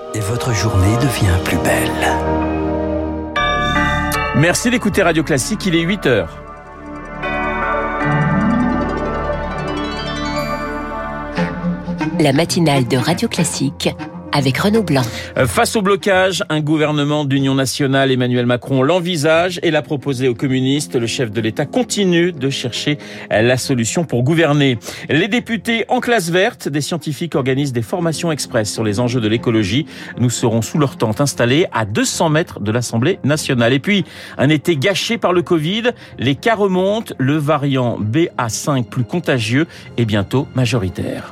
et votre journée devient plus belle. Merci d'écouter Radio Classique, il est 8h. La matinale de Radio Classique avec Renaud Blanc. Face au blocage, un gouvernement d'union nationale, Emmanuel Macron l'envisage et l'a proposé aux communistes. Le chef de l'État continue de chercher la solution pour gouverner. Les députés en classe verte, des scientifiques organisent des formations express sur les enjeux de l'écologie. Nous serons sous leur tente installés à 200 mètres de l'Assemblée nationale. Et puis, un été gâché par le Covid, les cas remontent, le variant BA5 plus contagieux est bientôt majoritaire.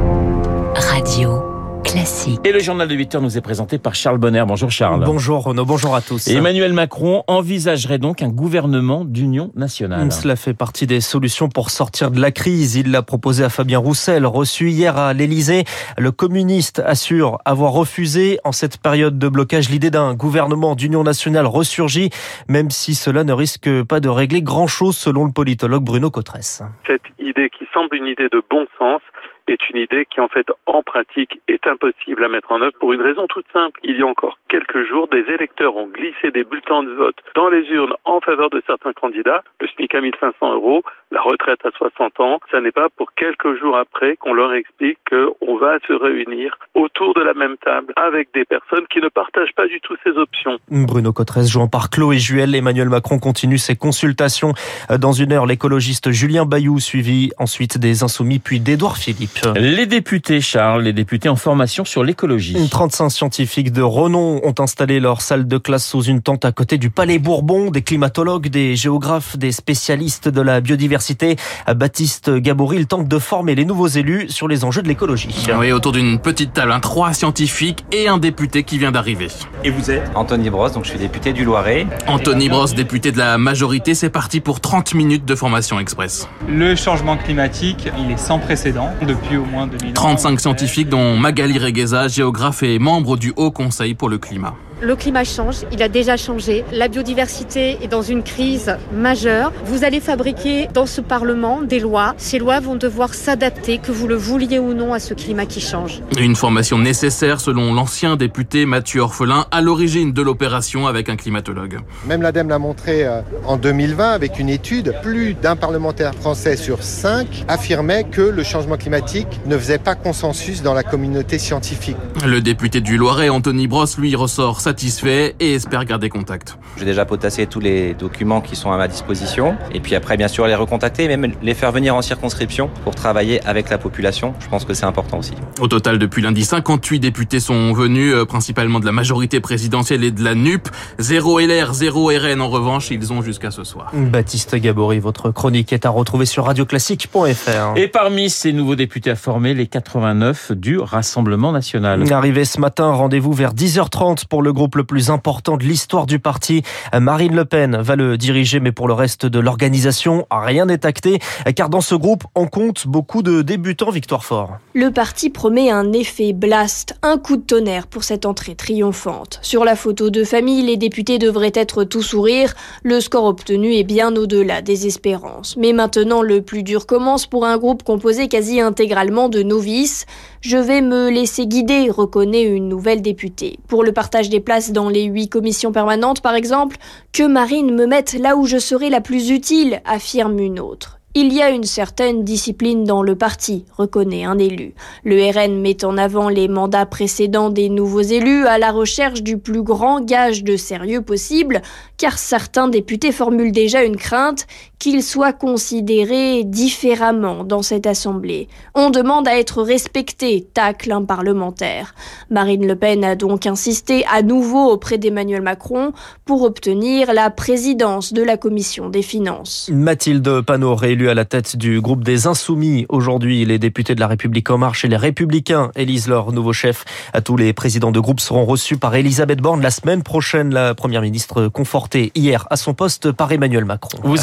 Radio Classique. Et le journal de 8h nous est présenté par Charles Bonner. Bonjour Charles. Bonjour Renaud, bonjour à tous. Et Emmanuel Macron envisagerait donc un gouvernement d'union nationale. Cela fait partie des solutions pour sortir de la crise. Il l'a proposé à Fabien Roussel, reçu hier à l'Élysée. Le communiste assure avoir refusé en cette période de blocage l'idée d'un gouvernement d'union nationale ressurgi, même si cela ne risque pas de régler grand-chose selon le politologue Bruno Cotresse. Cette idée qui semble une idée de bon sens est une idée qui, en fait, en pratique, est impossible à mettre en œuvre pour une raison toute simple. Il y a encore quelques jours, des électeurs ont glissé des bulletins de vote dans les urnes en faveur de certains candidats. Le SMIC à 1 500 €, la retraite à 60 ans. Ça n'est pas pour quelques jours après qu'on leur explique qu'on va se réunir autour de la même table avec des personnes qui ne partagent pas du tout ces options. Bruno Cotresse, joint par Chloé Juel. Emmanuel Macron continue ses consultations. Dans une heure, l'écologiste Julien Bayou, suivi ensuite des Insoumis, puis d'Édouard Philippe. Les députés, Charles, les députés en formation sur l'écologie. 35 scientifiques de renom ont installé leur salle de classe sous une tente à côté du Palais Bourbon. Des climatologues, des géographes, des spécialistes de la biodiversité. Baptiste Gabory, il tente de former les nouveaux élus sur les enjeux de l'écologie. Oui, autour d'une petite table, 3 scientifiques et un député qui vient d'arriver. Et vous êtes ? Anthony Brosse, donc je suis député du Loiret. Anthony Brosse, député de la majorité, c'est parti pour 30 minutes de formation express. Le changement climatique, il est sans précédent depuis au moins 2000 ans. 35 scientifiques dont Magali Regueza, géographe et membre du Haut Conseil pour le climat. Le climat change, il a déjà changé. La biodiversité est dans une crise majeure. Vous allez fabriquer dans ce Parlement des lois. Ces lois vont devoir s'adapter, que vous le vouliez ou non, à ce climat qui change. Une formation nécessaire selon l'ancien député Mathieu Orphelin, à l'origine de l'opération avec un climatologue. Même l'ADEME l'a montré en 2020 avec une étude. Plus d'un parlementaire français sur 5 affirmait que le changement climatique ne faisait pas consensus dans la communauté scientifique. Le député du Loiret, Anthony Brosse, lui ressort satisfait et espère garder contact. J'ai déjà potassé tous les documents qui sont à ma disposition et puis après bien sûr les recontacter, même les faire venir en circonscription pour travailler avec la population. Je pense que c'est important aussi. Au total, depuis lundi, 58 députés sont venus, principalement de la majorité présidentielle et de la NUP. 0 LR, 0 RN en revanche, ils ont jusqu'à ce soir. Baptiste Gabory, votre chronique est à retrouver sur radioclassique.fr. Et parmi ces nouveaux députés à former, les 89 du Rassemblement national. Arrivé ce matin, rendez-vous vers 10h30 pour le groupe le plus important de l'histoire du parti. Marine Le Pen va le diriger, mais pour le reste de l'organisation, rien n'est acté, car dans ce groupe, on compte beaucoup de débutants. Victoire Fort. Le parti promet un effet blast, un coup de tonnerre pour cette entrée triomphante. Sur la photo de famille, les députés devraient être tout sourire. Le score obtenu est bien au-delà des espérances. Mais maintenant, le plus dur commence pour un groupe composé quasi intégralement de novices. Je vais me laisser guider, reconnaît une nouvelle députée. Pour le partage des places dans les 8 commissions permanentes, par exemple, que Marine me mette là où je serai la plus utile, affirme une autre. Il y a une certaine discipline dans le parti, reconnaît un élu. Le RN met en avant les mandats précédents des nouveaux élus à la recherche du plus grand gage de sérieux possible, car certains députés formulent déjà une crainte qu'ils soient considérés différemment dans cette assemblée. On demande à être respecté, tacle un parlementaire. Marine Le Pen a donc insisté à nouveau auprès d'Emmanuel Macron pour obtenir la présidence de la commission des finances. Mathilde Panot, réélue à la tête du groupe des Insoumis. Aujourd'hui, les députés de La République En Marche et les Républicains élisent leur nouveau chef. Tous les présidents de groupe seront reçus par Elisabeth Borne la semaine prochaine. La première ministre confortée hier à son poste par Emmanuel Macron. Vous écoutez Radio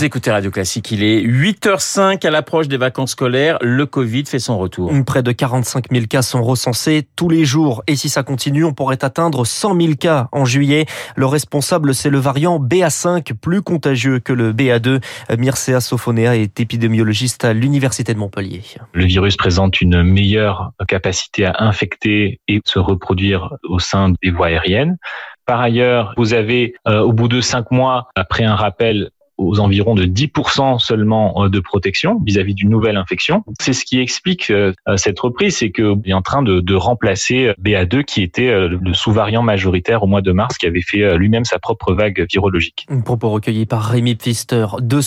Radio Classique. Il est 8h05 à l'approche des vacances scolaires. Le Covid fait son retour. Près de 45 000 cas sont recensés tous les jours. Et si ça continue, on pourrait atteindre 100 000 cas en juillet. Le responsable, c'est le variant BA5, plus contagieux que le BA2. Mircea Sofonea est épidémiologiste à l'Université de Montpellier. Le virus présente une meilleure capacité à infecter et se reproduire au sein des voies aériennes. Par ailleurs, vous avez, au bout de 5 mois, après un rappel, aux environs de 10% seulement de protection vis-à-vis d'une nouvelle infection. C'est ce qui explique cette reprise, c'est qu'il est en train de remplacer BA2 qui était le sous-variant majoritaire au mois de mars, qui avait fait lui-même sa propre vague virologique. Un propos recueilli par Rémi Pfister.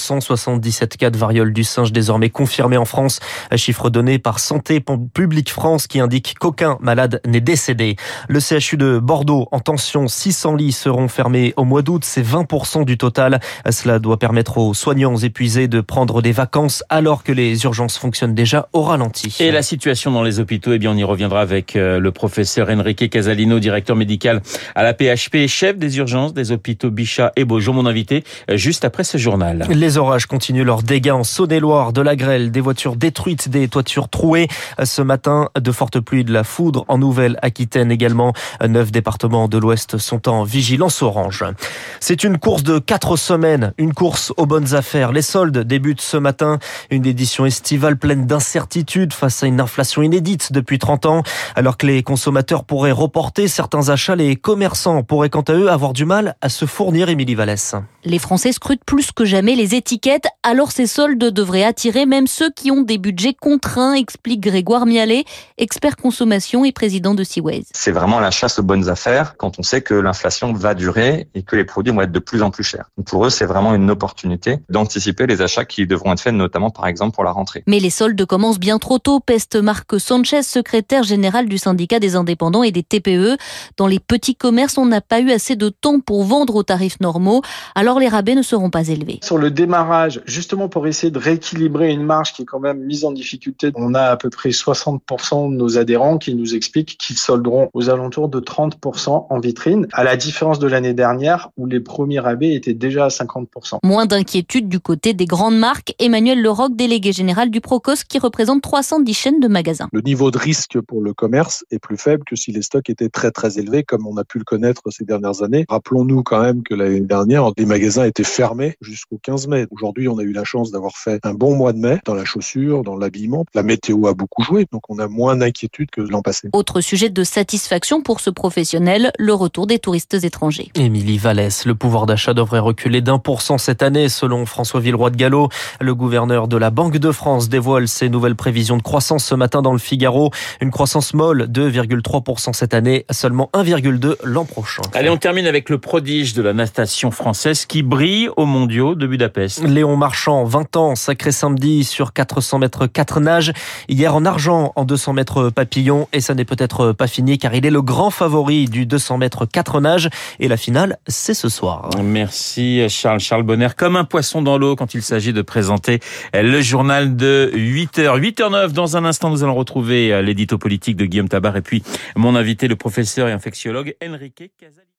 277 cas de variole du singe désormais confirmés en France. Un chiffre donné par Santé publique France qui indique qu'aucun malade n'est décédé. Le CHU de Bordeaux en tension, 600 lits seront fermés au mois d'août. C'est 20% du total. Cela doit permettre aux soignants épuisés de prendre des vacances alors que les urgences fonctionnent déjà au ralenti. Et la situation dans les hôpitaux, on y reviendra avec le professeur Enrique Casalino, directeur médical à la PHP, chef des urgences des hôpitaux Bichat et Beaujon, mon invité, juste après ce journal. Les orages continuent leurs dégâts en Saône-et-Loire, de la grêle, des voitures détruites, des toitures trouées. Ce matin, de fortes pluies, de la foudre en Nouvelle-Aquitaine également. 9 départements de l'Ouest sont en vigilance orange. C'est une course de 4 semaines, une course aux bonnes affaires. Les soldes débutent ce matin. Une édition estivale pleine d'incertitudes face à une inflation inédite depuis 30 ans. Alors que les consommateurs pourraient reporter certains achats, les commerçants pourraient quant à eux avoir du mal à se fournir. Émilie Vallès. Les Français scrutent plus que jamais les étiquettes, alors ces soldes devraient attirer même ceux qui ont des budgets contraints, explique Grégoire Mialet, expert consommation et président de Seaways. C'est vraiment la chasse aux bonnes affaires quand on sait que l'inflation va durer et que les produits vont être de plus en plus chers. Donc pour eux, c'est vraiment une opportunité d'anticiper les achats qui devront être faits, notamment par exemple pour la rentrée. Mais les soldes commencent bien trop tôt, peste Marc Sanchez, secrétaire général du syndicat des indépendants et des TPE. Dans les petits commerces, on n'a pas eu assez de temps pour vendre aux tarifs normaux, alors les rabais ne seront pas élevés. Sur le démarrage, justement pour essayer de rééquilibrer une marge qui est quand même mise en difficulté, on a à peu près 60% de nos adhérents qui nous expliquent qu'ils solderont aux alentours de 30% en vitrine, à la différence de l'année dernière où les premiers rabais étaient déjà à 50%. Moins d'inquiétude du côté des grandes marques. Emmanuel Leroc, délégué général du Procos, qui représente 310 chaînes de magasins. Le niveau de risque pour le commerce est plus faible que si les stocks étaient très très élevés, comme on a pu le connaître ces dernières années. Rappelons-nous quand même que l'année dernière, les magasins étaient fermés jusqu'au 15 mai. Aujourd'hui, on a eu la chance d'avoir fait un bon mois de mai dans la chaussure, dans l'habillement. La météo a beaucoup joué, donc on a moins d'inquiétude que l'an passé. Autre sujet de satisfaction pour ce professionnel, le retour des touristes étrangers. Émilie Vallès, le pouvoir d'achat devrait reculer d'1% cette année, selon François Villeroy de Galhau. Le gouverneur de la Banque de France dévoile ses nouvelles prévisions de croissance ce matin dans le Figaro. Une croissance molle, 2,3% cette année, seulement 1,2% l'an prochain. Allez, on termine avec le prodige de la natation française qui brille aux mondiaux de Budapest. Léon Marchand, 20 ans, sacré samedi sur 400 mètres 4 nages. Hier en argent en 200 mètres papillon. Et ça n'est peut-être pas fini car il est le grand favori du 200 mètres 4 nages. Et la finale, c'est ce soir. Merci Charles Bonner. Comme un poisson dans l'eau quand il s'agit de présenter le journal de 8h. 8h09, dans un instant, nous allons retrouver l'édito politique de Guillaume Tabar et puis mon invité, le professeur et infectiologue Enrique Casalino.